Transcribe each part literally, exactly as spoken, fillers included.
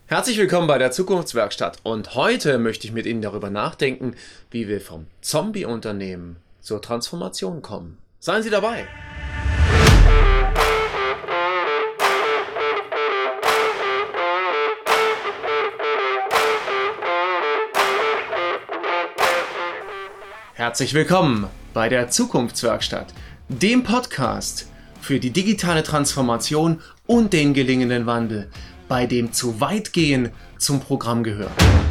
Herzlich willkommen bei der Zukunftswerkstatt und heute möchte ich mit Ihnen darüber nachdenken, wie wir vom Zombie-Unternehmen zur Transformation kommen. Seien Sie dabei! Herzlich willkommen bei der Zukunftswerkstatt, dem Podcast für die digitale Transformation und den gelingenden Wandel, bei dem zu weit gehen zum Programm gehört.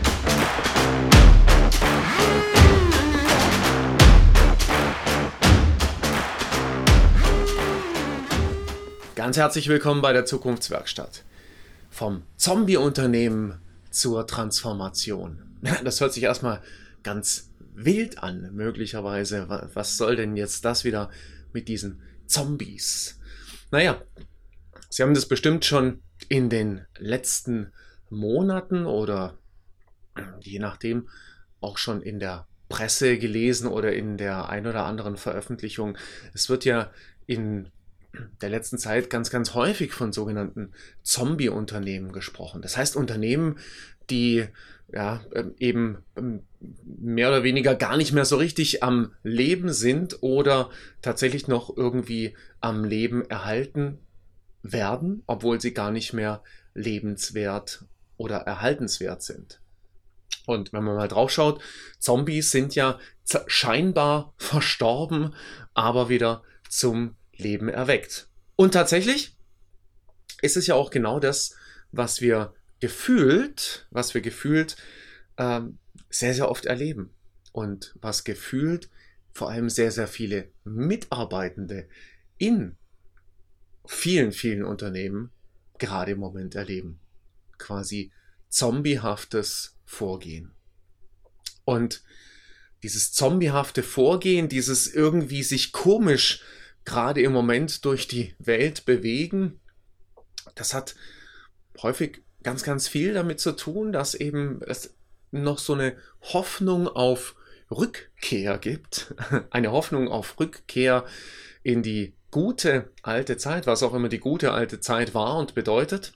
Ganz herzlich willkommen bei der Zukunftswerkstatt. Vom Zombie-Unternehmen zur Transformation. Das hört sich erstmal ganz wild an, möglicherweise. Was soll denn jetzt das wieder mit diesen Zombies? Naja, Sie haben das bestimmt schon in den letzten Monaten oder je nachdem auch schon in der Presse gelesen oder in der ein oder anderen Veröffentlichung. Es wird ja in der letzten Zeit ganz, ganz häufig von sogenannten Zombie-Unternehmen gesprochen. Das heißt Unternehmen, die ja eben mehr oder weniger gar nicht mehr so richtig am Leben sind oder tatsächlich noch irgendwie am Leben erhalten werden, obwohl sie gar nicht mehr lebenswert oder erhaltenswert sind. Und wenn man mal drauf schaut, Zombies sind ja scheinbar verstorben, aber wieder zum Leben erweckt. Und tatsächlich ist es ja auch genau das, was wir gefühlt, was wir gefühlt ähm, sehr, sehr oft erleben. Und was gefühlt vor allem sehr, sehr viele Mitarbeitende in vielen, vielen Unternehmen gerade im Moment erleben. Quasi zombiehaftes Vorgehen. Und dieses zombiehafte Vorgehen, dieses irgendwie sich komisch gerade im Moment durch die Welt bewegen, das hat häufig ganz, ganz viel damit zu tun, dass eben es noch so eine Hoffnung auf Rückkehr gibt. Eine Hoffnung auf Rückkehr in die gute alte Zeit, was auch immer die gute alte Zeit war und bedeutet.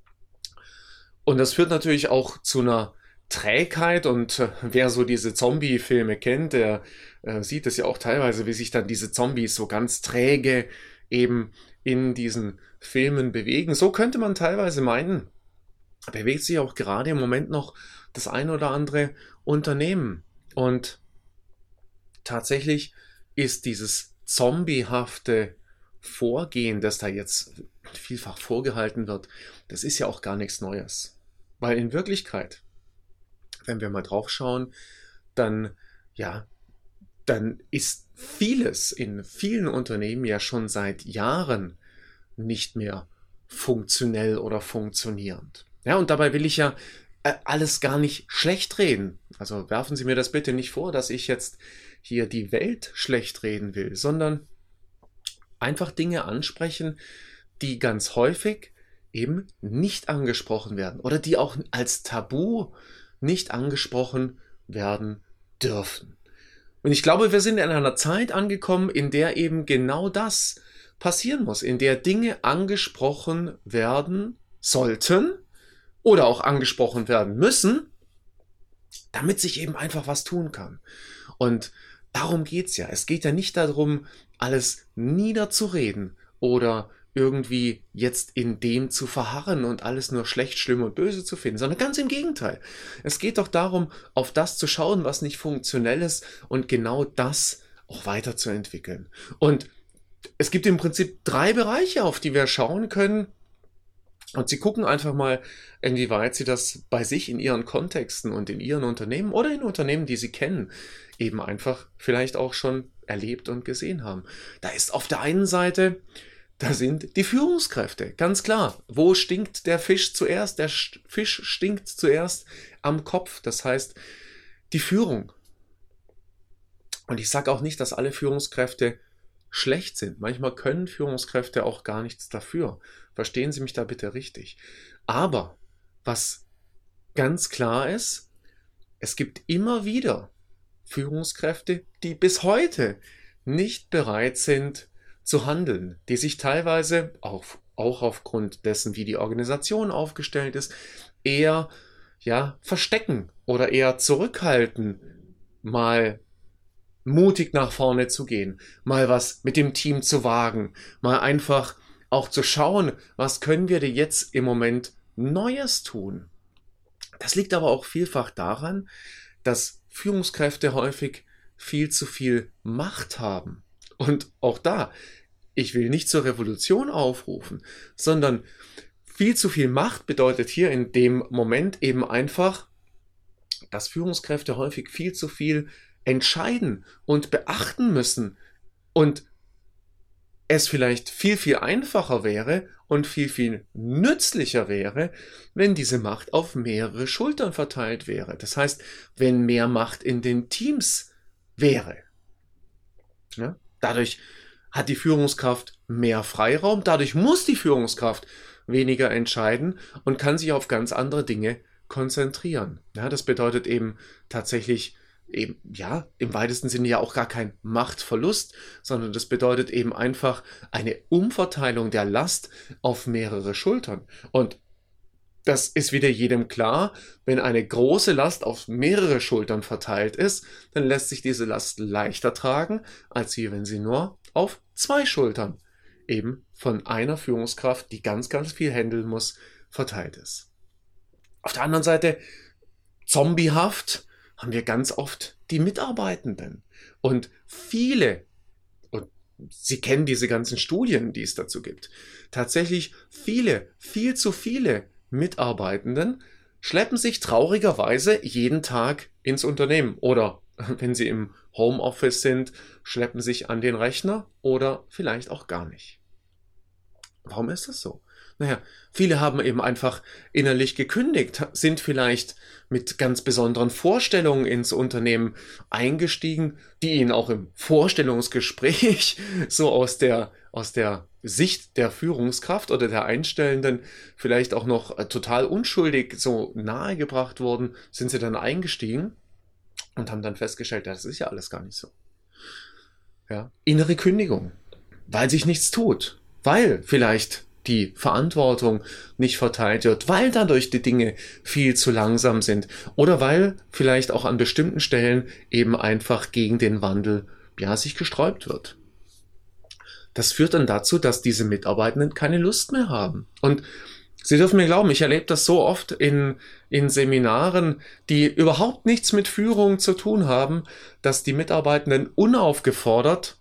Und das führt natürlich auch zu einer Trägheit und äh, wer so diese Zombie-Filme kennt, der äh, sieht es ja auch teilweise, wie sich dann diese Zombies so ganz träge eben in diesen Filmen bewegen. So könnte man teilweise meinen, bewegt sich auch gerade im Moment noch das ein oder andere Unternehmen. Und tatsächlich ist dieses zombiehafte Vorgehen, das da jetzt vielfach vorgehalten wird, das ist ja auch gar nichts Neues. Weil in Wirklichkeit, wenn wir mal drauf schauen, dann, ja, dann ist vieles in vielen Unternehmen ja schon seit Jahren nicht mehr funktionell oder funktionierend. Ja, und dabei will ich ja äh, alles gar nicht schlecht reden. Also werfen Sie mir das bitte nicht vor, dass ich jetzt hier die Welt schlecht reden will, sondern einfach Dinge ansprechen, die ganz häufig eben nicht angesprochen werden oder die auch als Tabu nicht angesprochen werden dürfen. Und ich glaube, wir sind in einer Zeit angekommen, in der eben genau das passieren muss, in der Dinge angesprochen werden sollten oder auch angesprochen werden müssen, damit sich eben einfach was tun kann. Und darum geht's ja. Es geht ja nicht darum, alles niederzureden oder irgendwie jetzt in dem zu verharren und alles nur schlecht, schlimm und böse zu finden, sondern ganz im Gegenteil. Es geht doch darum, auf das zu schauen, was nicht funktionell ist und genau das auch weiterzuentwickeln. Und es gibt im Prinzip drei Bereiche, auf die wir schauen können. Und Sie gucken einfach mal, inwieweit Sie das bei sich in Ihren Kontexten und in Ihren Unternehmen oder in Unternehmen, die Sie kennen, eben einfach vielleicht auch schon erlebt und gesehen haben. Da ist auf der einen Seite, da sind die Führungskräfte, ganz klar. Wo stinkt der Fisch zuerst? Der Fisch stinkt zuerst am Kopf, das heißt die Führung. Und ich sage auch nicht, dass alle Führungskräfte schlecht sind. Manchmal können Führungskräfte auch gar nichts dafür. Verstehen Sie mich da bitte richtig. Aber was ganz klar ist, es gibt immer wieder Führungskräfte, die bis heute nicht bereit sind zu handeln, die sich teilweise auch, auch aufgrund dessen, wie die Organisation aufgestellt ist, eher ja, verstecken oder eher zurückhalten, mal mutig nach vorne zu gehen, mal was mit dem Team zu wagen, mal einfach auch zu schauen, was können wir denn jetzt im Moment Neues tun. Das liegt aber auch vielfach daran, dass Führungskräfte häufig viel zu viel Macht haben. Und auch da, ich will nicht zur Revolution aufrufen, sondern viel zu viel Macht bedeutet hier in dem Moment eben einfach, dass Führungskräfte häufig viel zu viel entscheiden und beachten müssen und es vielleicht viel, viel einfacher wäre und viel, viel nützlicher wäre, wenn diese Macht auf mehrere Schultern verteilt wäre. Das heißt, wenn mehr Macht in den Teams wäre. Ja? Dadurch hat die Führungskraft mehr Freiraum, dadurch muss die Führungskraft weniger entscheiden und kann sich auf ganz andere Dinge konzentrieren. Ja, das bedeutet eben tatsächlich eben, ja, im weitesten Sinne ja auch gar kein Machtverlust, sondern das bedeutet eben einfach eine Umverteilung der Last auf mehrere Schultern. Und das ist wieder jedem klar, wenn eine große Last auf mehrere Schultern verteilt ist, dann lässt sich diese Last leichter tragen, als wie wenn sie nur auf zwei Schultern eben von einer Führungskraft, die ganz, ganz viel handeln muss, verteilt ist. Auf der anderen Seite, zombiehaft haben wir ganz oft die Mitarbeitenden. Und viele, und Sie kennen diese ganzen Studien, die es dazu gibt, tatsächlich viele, viel zu viele Mitarbeitenden schleppen sich traurigerweise jeden Tag ins Unternehmen oder wenn sie im Homeoffice sind, schleppen sich an den Rechner oder vielleicht auch gar nicht. Warum ist das so? Naja, viele haben eben einfach innerlich gekündigt, sind vielleicht mit ganz besonderen Vorstellungen ins Unternehmen eingestiegen, die ihnen auch im Vorstellungsgespräch so aus der, aus der Sicht der Führungskraft oder der Einstellenden vielleicht auch noch total unschuldig so nahegebracht wurden, sind sie dann eingestiegen und haben dann festgestellt, ja, das ist ja alles gar nicht so. Ja, innere Kündigung, weil sich nichts tut, weil vielleicht die Verantwortung nicht verteilt wird, weil dadurch die Dinge viel zu langsam sind oder weil vielleicht auch an bestimmten Stellen eben einfach gegen den Wandel ja sich gesträubt wird. Das führt dann dazu, dass diese Mitarbeitenden keine Lust mehr haben. Und Sie dürfen mir glauben, ich erlebe das so oft in, in Seminaren, die überhaupt nichts mit Führung zu tun haben, dass die Mitarbeitenden unaufgefordert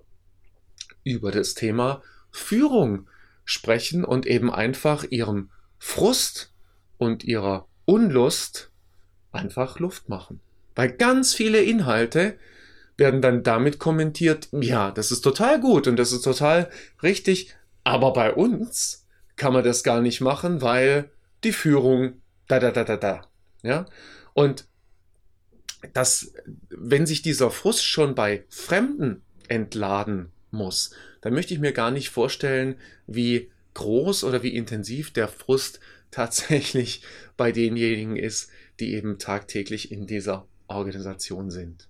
über das Thema Führung sprechen und eben einfach ihrem Frust und ihrer Unlust einfach Luft machen. Weil ganz viele Inhalte werden dann damit kommentiert, ja, das ist total gut und das ist total richtig, aber bei uns kann man das gar nicht machen, weil die Führung da, da, da, da, da. Ja? Und das, wenn sich dieser Frust schon bei Fremden entladen muss, dann möchte ich mir gar nicht vorstellen, wie groß oder wie intensiv der Frust tatsächlich bei denjenigen ist, die eben tagtäglich in dieser Organisation sind.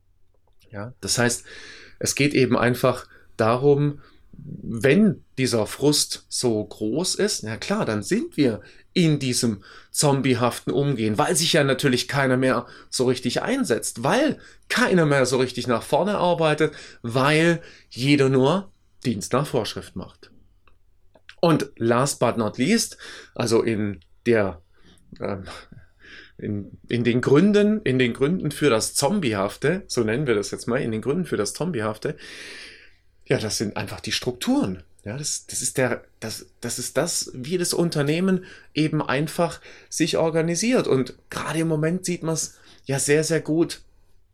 Ja, das heißt, es geht eben einfach darum, wenn dieser Frust so groß ist, na klar, dann sind wir in diesem zombiehaften Umgehen, weil sich ja natürlich keiner mehr so richtig einsetzt, weil keiner mehr so richtig nach vorne arbeitet, weil jeder nur Dienst nach Vorschrift macht. Und last but not least, also in der ähm, in, in den Gründen, in den Gründen für das Zombiehafte, so nennen wir das jetzt mal, in den Gründen für das Zombiehafte, ja, das sind einfach die Strukturen. Ja, das, das ist der, das, das ist das, wie das Unternehmen eben einfach sich organisiert. Und gerade im Moment sieht man es ja sehr, sehr gut,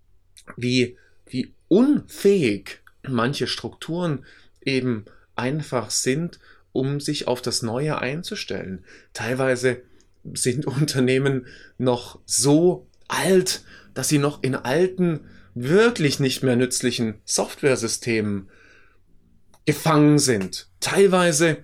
wie, wie unfähig manche Strukturen eben einfach sind, um sich auf das Neue einzustellen. Teilweise sind Unternehmen noch so alt, dass sie noch in alten, wirklich nicht mehr nützlichen Softwaresystemen gefangen sind. Teilweise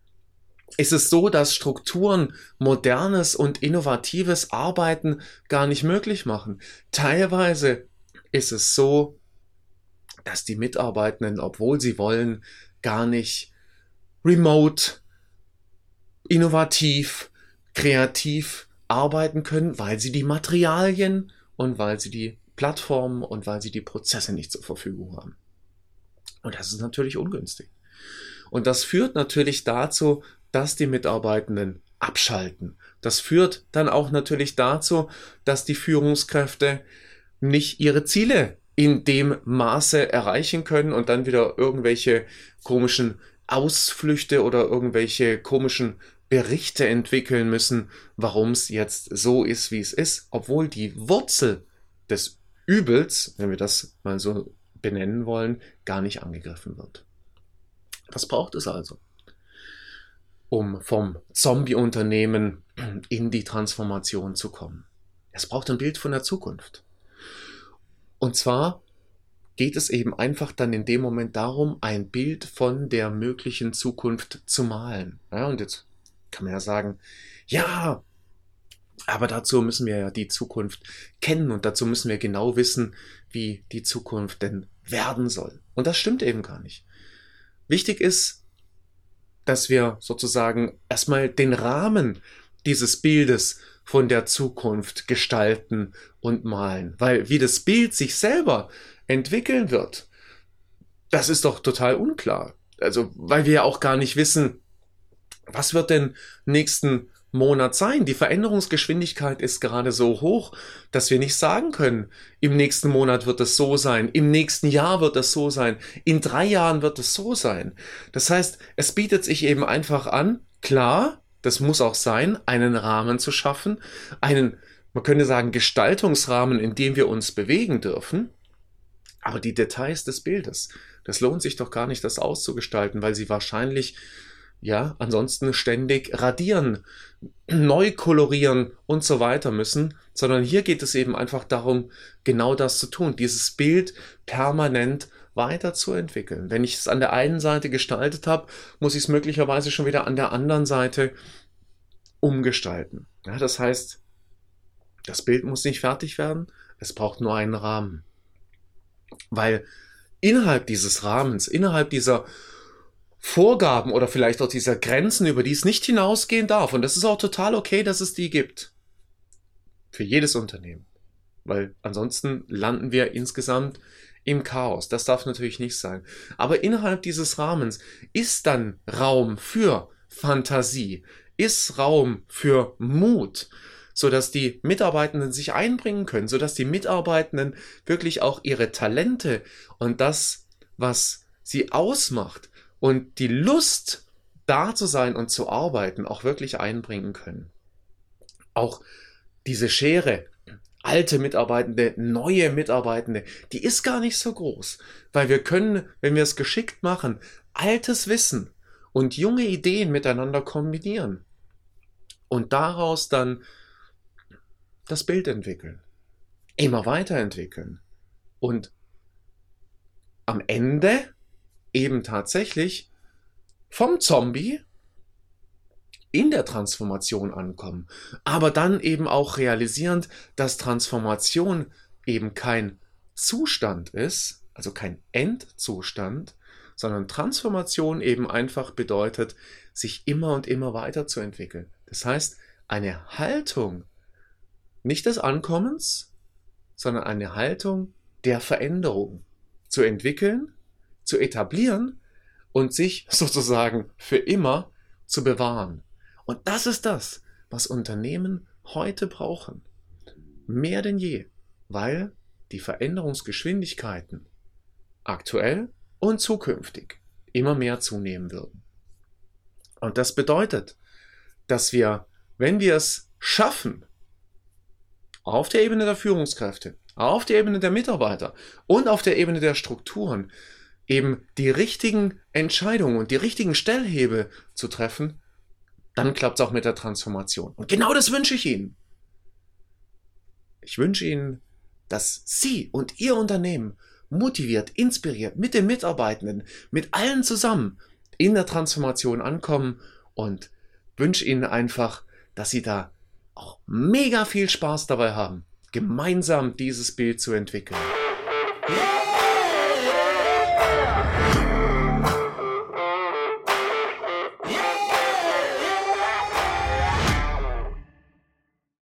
ist es so, dass Strukturen modernes und innovatives Arbeiten gar nicht möglich machen. Teilweise ist es so, dass die Mitarbeitenden, obwohl sie wollen, gar nicht remote, innovativ, kreativ arbeiten können, weil sie die Materialien und weil sie die Plattformen und weil sie die Prozesse nicht zur Verfügung haben. Und das ist natürlich ungünstig. Und das führt natürlich dazu, dass die Mitarbeitenden abschalten. Das führt dann auch natürlich dazu, dass die Führungskräfte nicht ihre Ziele in dem Maße erreichen können und dann wieder irgendwelche komischen Ausflüchte oder irgendwelche komischen Berichte entwickeln müssen, warum es jetzt so ist, wie es ist, obwohl die Wurzel des Übels, wenn wir das mal so benennen wollen, gar nicht angegriffen wird. Was braucht es also, um vom Zombie-Unternehmen in die Transformation zu kommen? Es braucht ein Bild von der Zukunft. Und zwar geht es eben einfach dann in dem Moment darum, ein Bild von der möglichen Zukunft zu malen. Ja, und jetzt kann man ja sagen, ja, aber dazu müssen wir ja die Zukunft kennen und dazu müssen wir genau wissen, wie die Zukunft denn werden soll. Und das stimmt eben gar nicht. Wichtig ist, dass wir sozusagen erstmal den Rahmen dieses Bildes von der Zukunft gestalten und malen. Weil wie das Bild sich selber entwickeln wird, das ist doch total unklar. Also, weil wir ja auch gar nicht wissen, was wird denn nächsten Monat sein? Die Veränderungsgeschwindigkeit ist gerade so hoch, dass wir nicht sagen können, im nächsten Monat wird es so sein, im nächsten Jahr wird es so sein, in drei Jahren wird es so sein. Das heißt, es bietet sich eben einfach an, klar, das muss auch sein, einen Rahmen zu schaffen, einen, man könnte sagen, Gestaltungsrahmen, in dem wir uns bewegen dürfen. Aber die Details des Bildes, das lohnt sich doch gar nicht, das auszugestalten, weil sie wahrscheinlich, ja, ansonsten ständig radieren, neu kolorieren und so weiter müssen, sondern hier geht es eben einfach darum, genau das zu tun, dieses Bild permanent weiterzuentwickeln. Wenn ich es an der einen Seite gestaltet habe, muss ich es möglicherweise schon wieder an der anderen Seite umgestalten. Ja, das heißt, das Bild muss nicht fertig werden, es braucht nur einen Rahmen. Weil innerhalb dieses Rahmens, innerhalb dieser Vorgaben oder vielleicht auch dieser Grenzen, über die es nicht hinausgehen darf, und das ist auch total okay, dass es die gibt. Für jedes Unternehmen. Weil ansonsten landen wir insgesamt im Chaos. Das darf natürlich nicht sein. Aber innerhalb dieses Rahmens ist dann Raum für Fantasie, ist Raum für Mut, sodass die Mitarbeitenden sich einbringen können, sodass die Mitarbeitenden wirklich auch ihre Talente und das, was sie ausmacht und die Lust, da zu sein und zu arbeiten, auch wirklich einbringen können. Auch diese Schere, alte Mitarbeitende, neue Mitarbeitende, die ist gar nicht so groß, weil wir können, wenn wir es geschickt machen, altes Wissen und junge Ideen miteinander kombinieren und daraus dann das Bild entwickeln, immer weiterentwickeln und am Ende eben tatsächlich vom Zombie in der Transformation ankommen, aber dann eben auch realisierend, dass Transformation eben kein Zustand ist, also kein Endzustand, sondern Transformation eben einfach bedeutet, sich immer und immer weiterzuentwickeln. Das heißt, eine Haltung nicht des Ankommens, sondern eine Haltung der Veränderung zu entwickeln, zu etablieren und sich sozusagen für immer zu bewahren. Und das ist das, was Unternehmen heute brauchen. Mehr denn je, weil die Veränderungsgeschwindigkeiten aktuell und zukünftig immer mehr zunehmen würden. Und das bedeutet, dass wir, wenn wir es schaffen, auf der Ebene der Führungskräfte, auf der Ebene der Mitarbeiter und auf der Ebene der Strukturen eben die richtigen Entscheidungen und die richtigen Stellhebel zu treffen, dann klappt es auch mit der Transformation. Und genau das wünsche ich Ihnen. Ich wünsche Ihnen, dass Sie und Ihr Unternehmen motiviert, inspiriert, mit den Mitarbeitenden, mit allen zusammen in der Transformation ankommen und wünsche Ihnen einfach, dass Sie da auch mega viel Spaß dabei haben, gemeinsam dieses Bild zu entwickeln. Ja.